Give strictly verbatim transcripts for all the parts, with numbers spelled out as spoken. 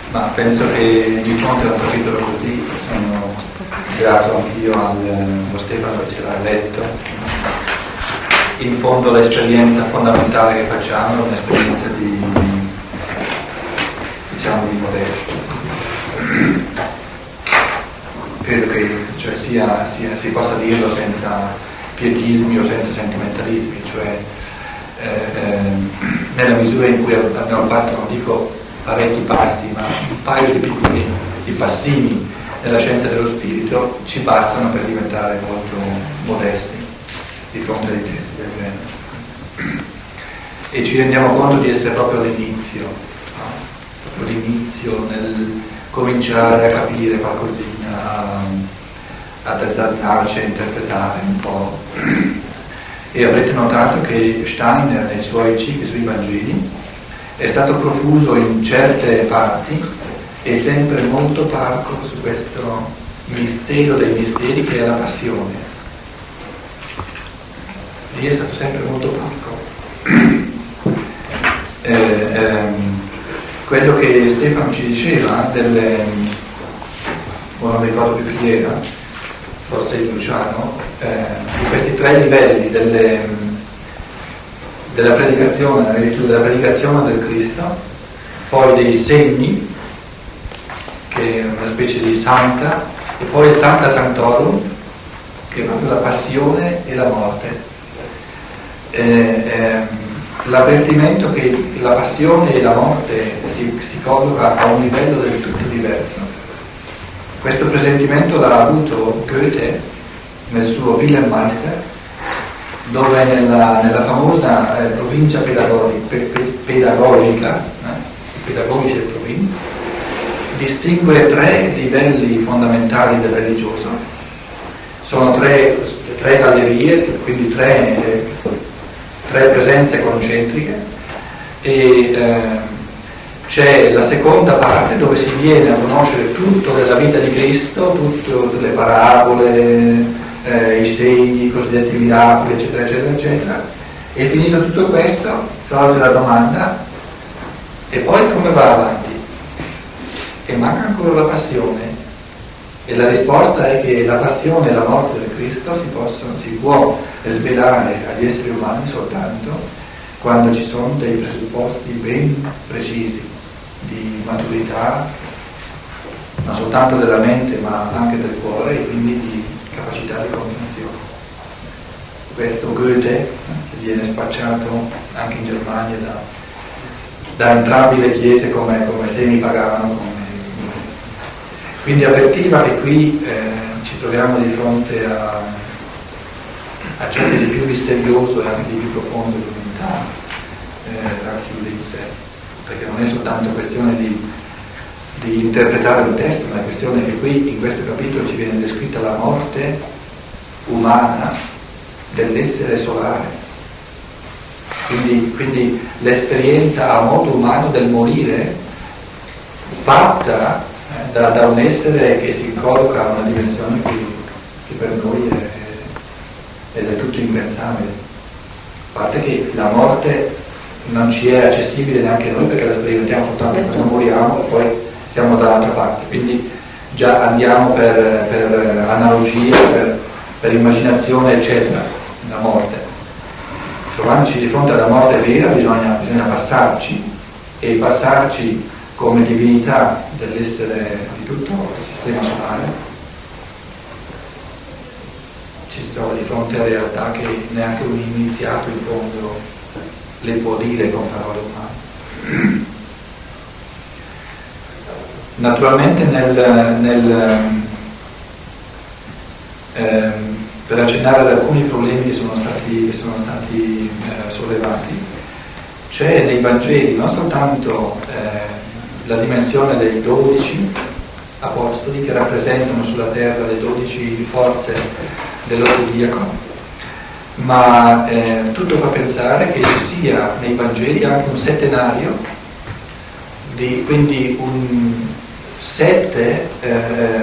Ma penso che di fronte a un capitolo così sono grato anch'io allo Stefano che ce l'ha letto. In fondo l'esperienza fondamentale che facciamo è un'esperienza di, diciamo, di modestia. Credo che cioè, sia, sia, si possa dirlo senza pietismi o senza sentimentalismi, cioè eh, eh, nella misura in cui abbiamo fatto, non dico parecchi passi, ma un paio di piccoli di passini nella scienza dello spirito ci bastano per diventare molto modesti di fronte ai testi del genere. E ci rendiamo conto di essere proprio all'inizio, no? Proprio l'inizio nel cominciare a capire qualcosina, a, ad azzardarci, a interpretare un po'. E avrete notato che Steiner nei suoi cicli sui Vangeli è stato profuso in certe parti e sempre molto parco su questo mistero dei misteri che è la passione. Lì è stato sempre molto parco. Eh, ehm, quello che Stefano ci diceva delle, non ricordo più chi era, forse il Luciano, eh, di questi tre livelli delle della predicazione, nella virtù della predicazione del Cristo, poi dei segni, che è una specie di santa, e poi il Sancta Sanctorum, che è proprio la passione e la morte. Eh, ehm, l'avvertimento che la passione e la morte si, si colloca a un livello del tutto diverso. Questo presentimento l'ha avuto Goethe nel suo Wilhelmeister, dove nella, nella famosa eh, provincia pedagog- pe- pe- pedagogica, eh, pedagogiche province, distingue tre livelli fondamentali del religioso. Sono tre, tre gallerie, quindi tre, eh, tre presenze concentriche, e eh, c'è la seconda parte dove si viene a conoscere tutto della vita di Cristo, tutte le parabole, Eh, i segni, i cosiddetti miracoli, eccetera, eccetera, eccetera. E finito tutto questo, sorge la domanda: e poi come va avanti? E manca ancora la passione. E la risposta è che la passione e la morte del Cristo si, possono, si può svelare agli esseri umani soltanto quando ci sono dei presupposti ben precisi di maturità, non soltanto della mente ma anche del cuore, e quindi di capacità di comprensione. Questo Goethe, eh, che viene spacciato anche in Germania da, da entrambe le chiese come, come semi-pagano, come... quindi avvertiva che qui eh, ci troviamo di fronte a, a ciò che di più misterioso e anche di più profondo l'umanità eh, racchiude in sé, perché non è soltanto questione di di interpretare un testo, ma è questione che qui in questo capitolo ci viene descritta la morte umana dell'essere solare, quindi, quindi l'esperienza a modo umano del morire fatta eh, da, da un essere che si colloca a una dimensione che, che per noi è, è del tutto impensabile, a parte che la morte non ci è accessibile neanche noi perché la sperimentiamo soltanto quando moriamo e poi siamo dall'altra parte, quindi già andiamo per, per analogia, per, per immaginazione, eccetera, la morte. Trovandoci di fronte alla morte vera bisogna, bisogna passarci, e passarci come divinità dell'essere di tutto il sistema solare. Ci si trova di fronte a realtà che neanche un iniziato in fondo le può dire con parole umane. Naturalmente nel, nel, ehm, per accennare ad alcuni problemi che sono stati, che sono stati eh, sollevati, c'è nei Vangeli non soltanto eh, la dimensione dei dodici apostoli che rappresentano sulla terra le dodici forze dell'Ottodiaco, ma eh, tutto fa pensare che ci sia nei Vangeli anche un settenario, di, quindi un sette eh,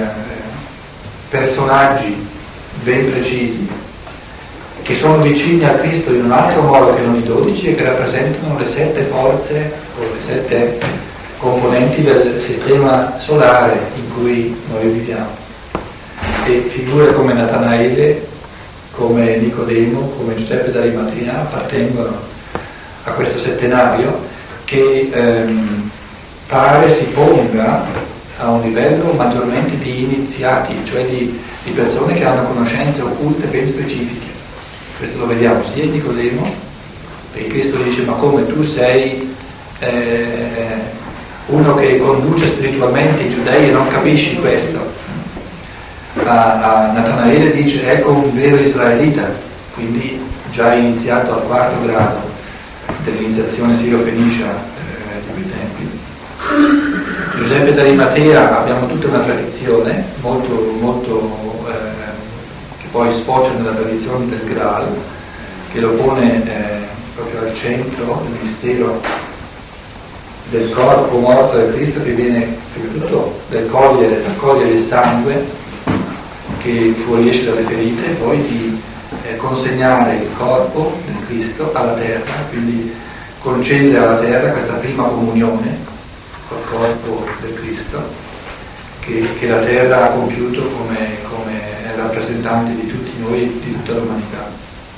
personaggi ben precisi che sono vicini a Cristo in un altro modo che non i dodici e che rappresentano le sette forze o le sette componenti del sistema solare in cui noi viviamo. E figure come Natanaele, come Nicodemo, come Giuseppe d'Arimatea appartengono a questo settenario che ehm, pare si ponga a un livello maggiormente di iniziati, cioè di, di persone che hanno conoscenze occulte ben specifiche. Questo lo vediamo sia in Nicodemo, perché Cristo dice: ma come tu sei eh, uno che conduce spiritualmente i giudei e non capisci questo? A, a Natanaele dice: ecco un vero israelita, quindi già iniziato al quarto grado dell'iniziazione siro-fenicia eh, di quei tempi. Giuseppe d'Arimatea abbiamo tutta una tradizione molto, molto eh, che poi sfocia nella tradizione del Graal, che lo pone eh, proprio al centro del mistero del corpo morto del Cristo, che viene prima di tutto dal cogliere, dal cogliere il sangue che fuoriesce dalle ferite, e poi di eh, consegnare il corpo del Cristo alla terra, quindi concedere alla terra questa prima comunione col corpo del Cristo che, che la terra ha compiuto come, come rappresentante di tutti noi e di tutta l'umanità.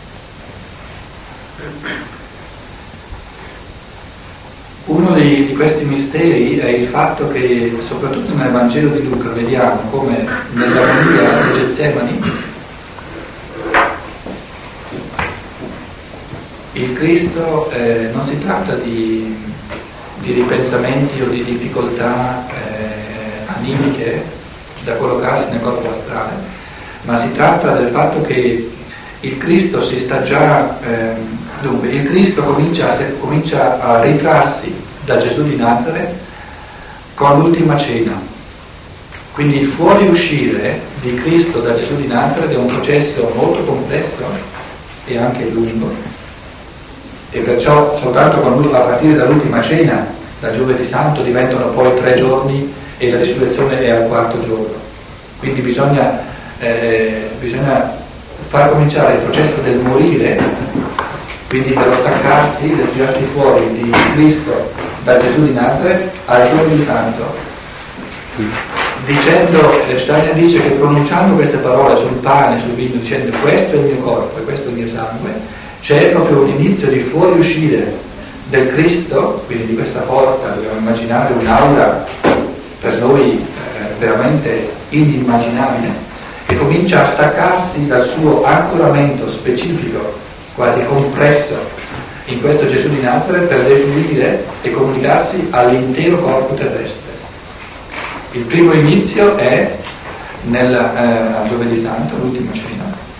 Uno di, di questi misteri è il fatto che, soprattutto nel Vangelo di Luca, vediamo come nell'agonia di Getsemani il Cristo eh, non si tratta di, di ripensamenti o di difficoltà eh, animiche da collocarsi nel corpo astrale, ma si tratta del fatto che il Cristo si sta già eh, dunque il Cristo comincia a, comincia a ritrarsi da Gesù di Nazareth con l'ultima cena. Quindi il fuoriuscire di Cristo da Gesù di Nazareth è un processo molto complesso e anche lungo, e perciò soltanto con lui, a partire dall'ultima cena, da giovedì santo, diventano poi tre giorni e la risurrezione è al quarto giorno. Quindi bisogna, eh, bisogna far cominciare il processo del morire, quindi dello staccarsi, del tirarsi fuori di Cristo da Gesù di Nazareth al giovedì santo, dicendo, Steiner dice che pronunciando queste parole sul pane, sul vino, dicendo questo è il mio corpo e questo è il mio sangue, c'è proprio un inizio di fuoriuscire del Cristo, quindi di questa forza. Dobbiamo immaginare un'aura per noi eh, veramente inimmaginabile, che comincia a staccarsi dal suo ancoramento specifico, quasi compresso in questo Gesù di Nazareth, per defluire e comunicarsi all'intero corpo terrestre. Il primo inizio è nel eh, giovedì santo, l'ultima cena.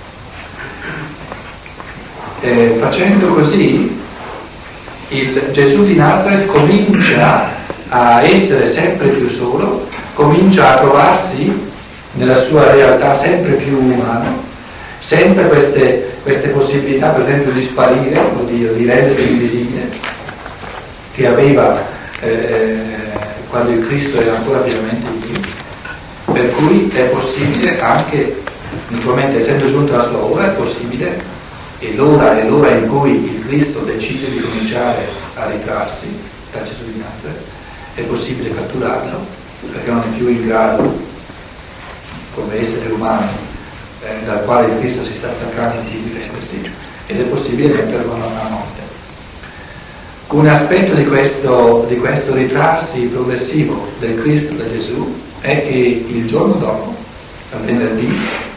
Eh, facendo così, il Gesù di Nazareth comincia a essere sempre più solo, comincia a trovarsi nella sua realtà sempre più umana, senza queste, queste possibilità, per esempio, di sparire o di, di rendersi invisibile, che aveva eh, quando il Cristo era ancora pienamente vivo. Per cui è possibile anche, naturalmente essendo giunta la sua ora, è possibile, e l'ora è l'ora in cui il Cristo decide di cominciare a ritrarsi da Gesù di Nazareth, è possibile catturarlo, perché non è più in grado, come essere umano, eh, dal quale il Cristo si sta staccando di rendersi, ed è possibile metterlo a morte. Un aspetto di questo, di questo ritrarsi progressivo del Cristo da Gesù è che il giorno dopo, al venerdì,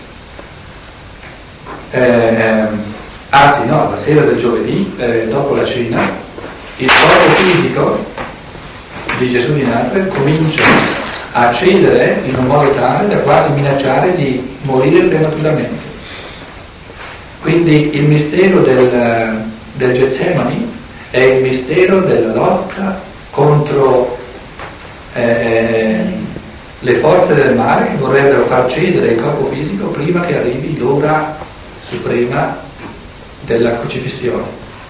eh, anzi no, la sera del giovedì, eh, dopo la cena, il corpo fisico di Gesù di Nazareth comincia a cedere in un modo tale da quasi minacciare di morire prematuramente. Quindi il mistero del, del Getsemani è il mistero della lotta contro eh, le forze del male che vorrebbero far cedere il corpo fisico prima che arrivi l'ora suprema della crocifissione.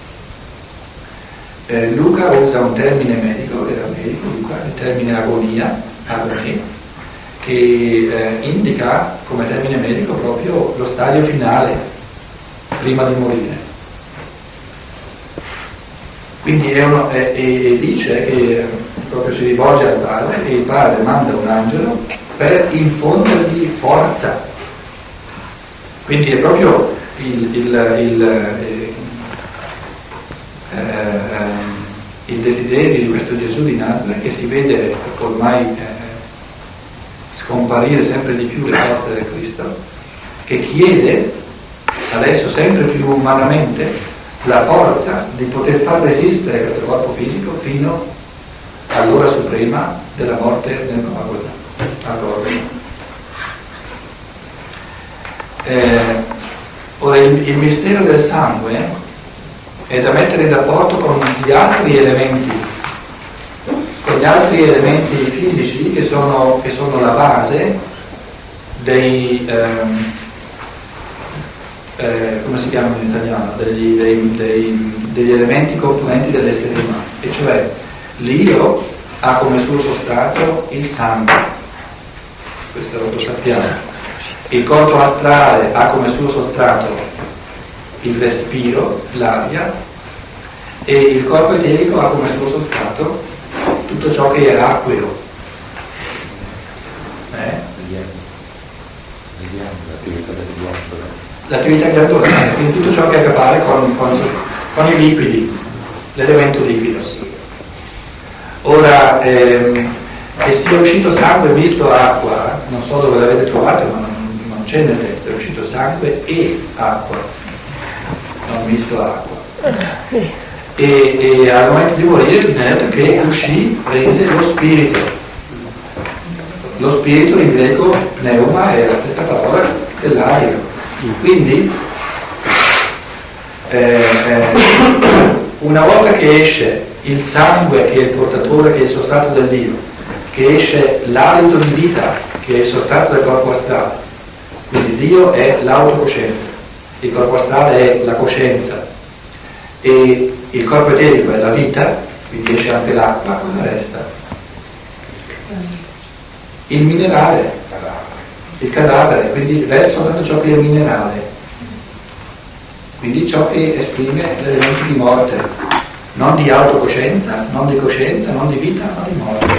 Eh, Luca usa un termine medico, era medico Luca, il termine agonia, agonia, che eh, indica come termine medico proprio lo stadio finale prima di morire. Quindi è uno, è, e dice che proprio si rivolge al padre e il padre manda un angelo per infondergli forza. Quindi è proprio il, il, il, eh, eh, il desiderio di questo Gesù di Nazareth, che si vede ormai eh, scomparire sempre di più le forze del Cristo, che chiede adesso sempre più umanamente la forza di poter far resistere questo corpo fisico fino all'ora suprema della morte nel Golgotha. Eh, ora il, il mistero del sangue è da mettere in rapporto con gli altri elementi, con gli altri elementi fisici che sono, che sono la base dei ehm, eh, come si chiamano in italiano, degli, dei, dei, degli elementi componenti dell'essere umano, e cioè l'io ha come suo sostrato il sangue, questo lo sappiamo, il corpo astrale ha come suo sostrato il respiro, l'aria, e il corpo eterico ha come suo sostrato tutto ciò che è acqueo. Eh? L'attività glandolare, quindi tutto ciò che ha a che fare con, con, con i liquidi, l'elemento liquido. Ora, ehm, che sia uscito sangue visto acqua, non so dove l'avete trovato, ma non, non c'è nel testo, è uscito sangue e acqua, non visto acqua. E, e al momento di morire viene detto che uscì, prese lo spirito. Lo spirito in greco pneuma è la stessa parola dell'aria. Quindi eh, eh, una volta che esce il sangue, che è il portatore, che è il sostrato del Dio, che esce l'alito di vita, che è il sostrato del corpo astrale, quindi Dio è l'autocoscienza, il corpo astrale è la coscienza e il corpo eterico è la vita, quindi esce anche l'acqua, cosa resta? Il minerale, il cadavere, quindi resta soltanto ciò che è minerale, quindi ciò che esprime l'elemento di morte, non di autocoscienza, non di coscienza, non di vita, ma di morte.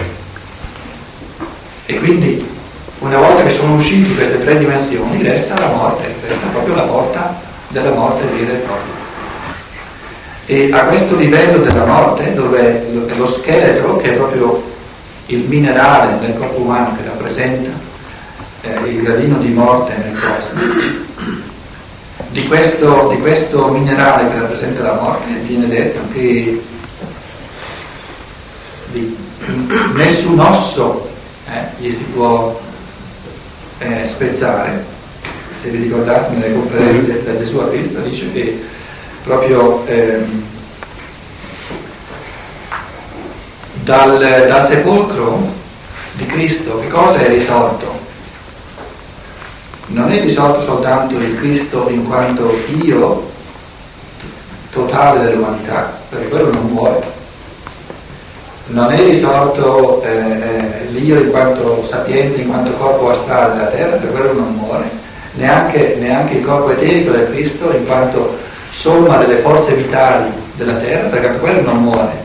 E quindi una volta che sono usciti queste tre dimensioni resta la morte, resta proprio la porta della morte vera e propria. E a questo livello della morte, dove lo scheletro, che è proprio il minerale del corpo umano che rappresenta Eh, il gradino di morte nel cosmo, di questo, di questo minerale che rappresenta la morte viene detto che di, nessun osso eh, gli si può eh, spezzare. Se vi ricordate nelle conferenze da Gesù a Cristo dice che proprio ehm, dal, dal sepolcro di Cristo che cosa è risorto? Non è risorto soltanto il Cristo in quanto Io totale dell'umanità, perché quello non muore. Non è risorto eh, eh, l'Io in quanto sapienza, in quanto corpo astrale della terra, perché quello non muore. Neanche, neanche il corpo eterico del Cristo in quanto somma delle forze vitali della terra, perché anche quello non muore.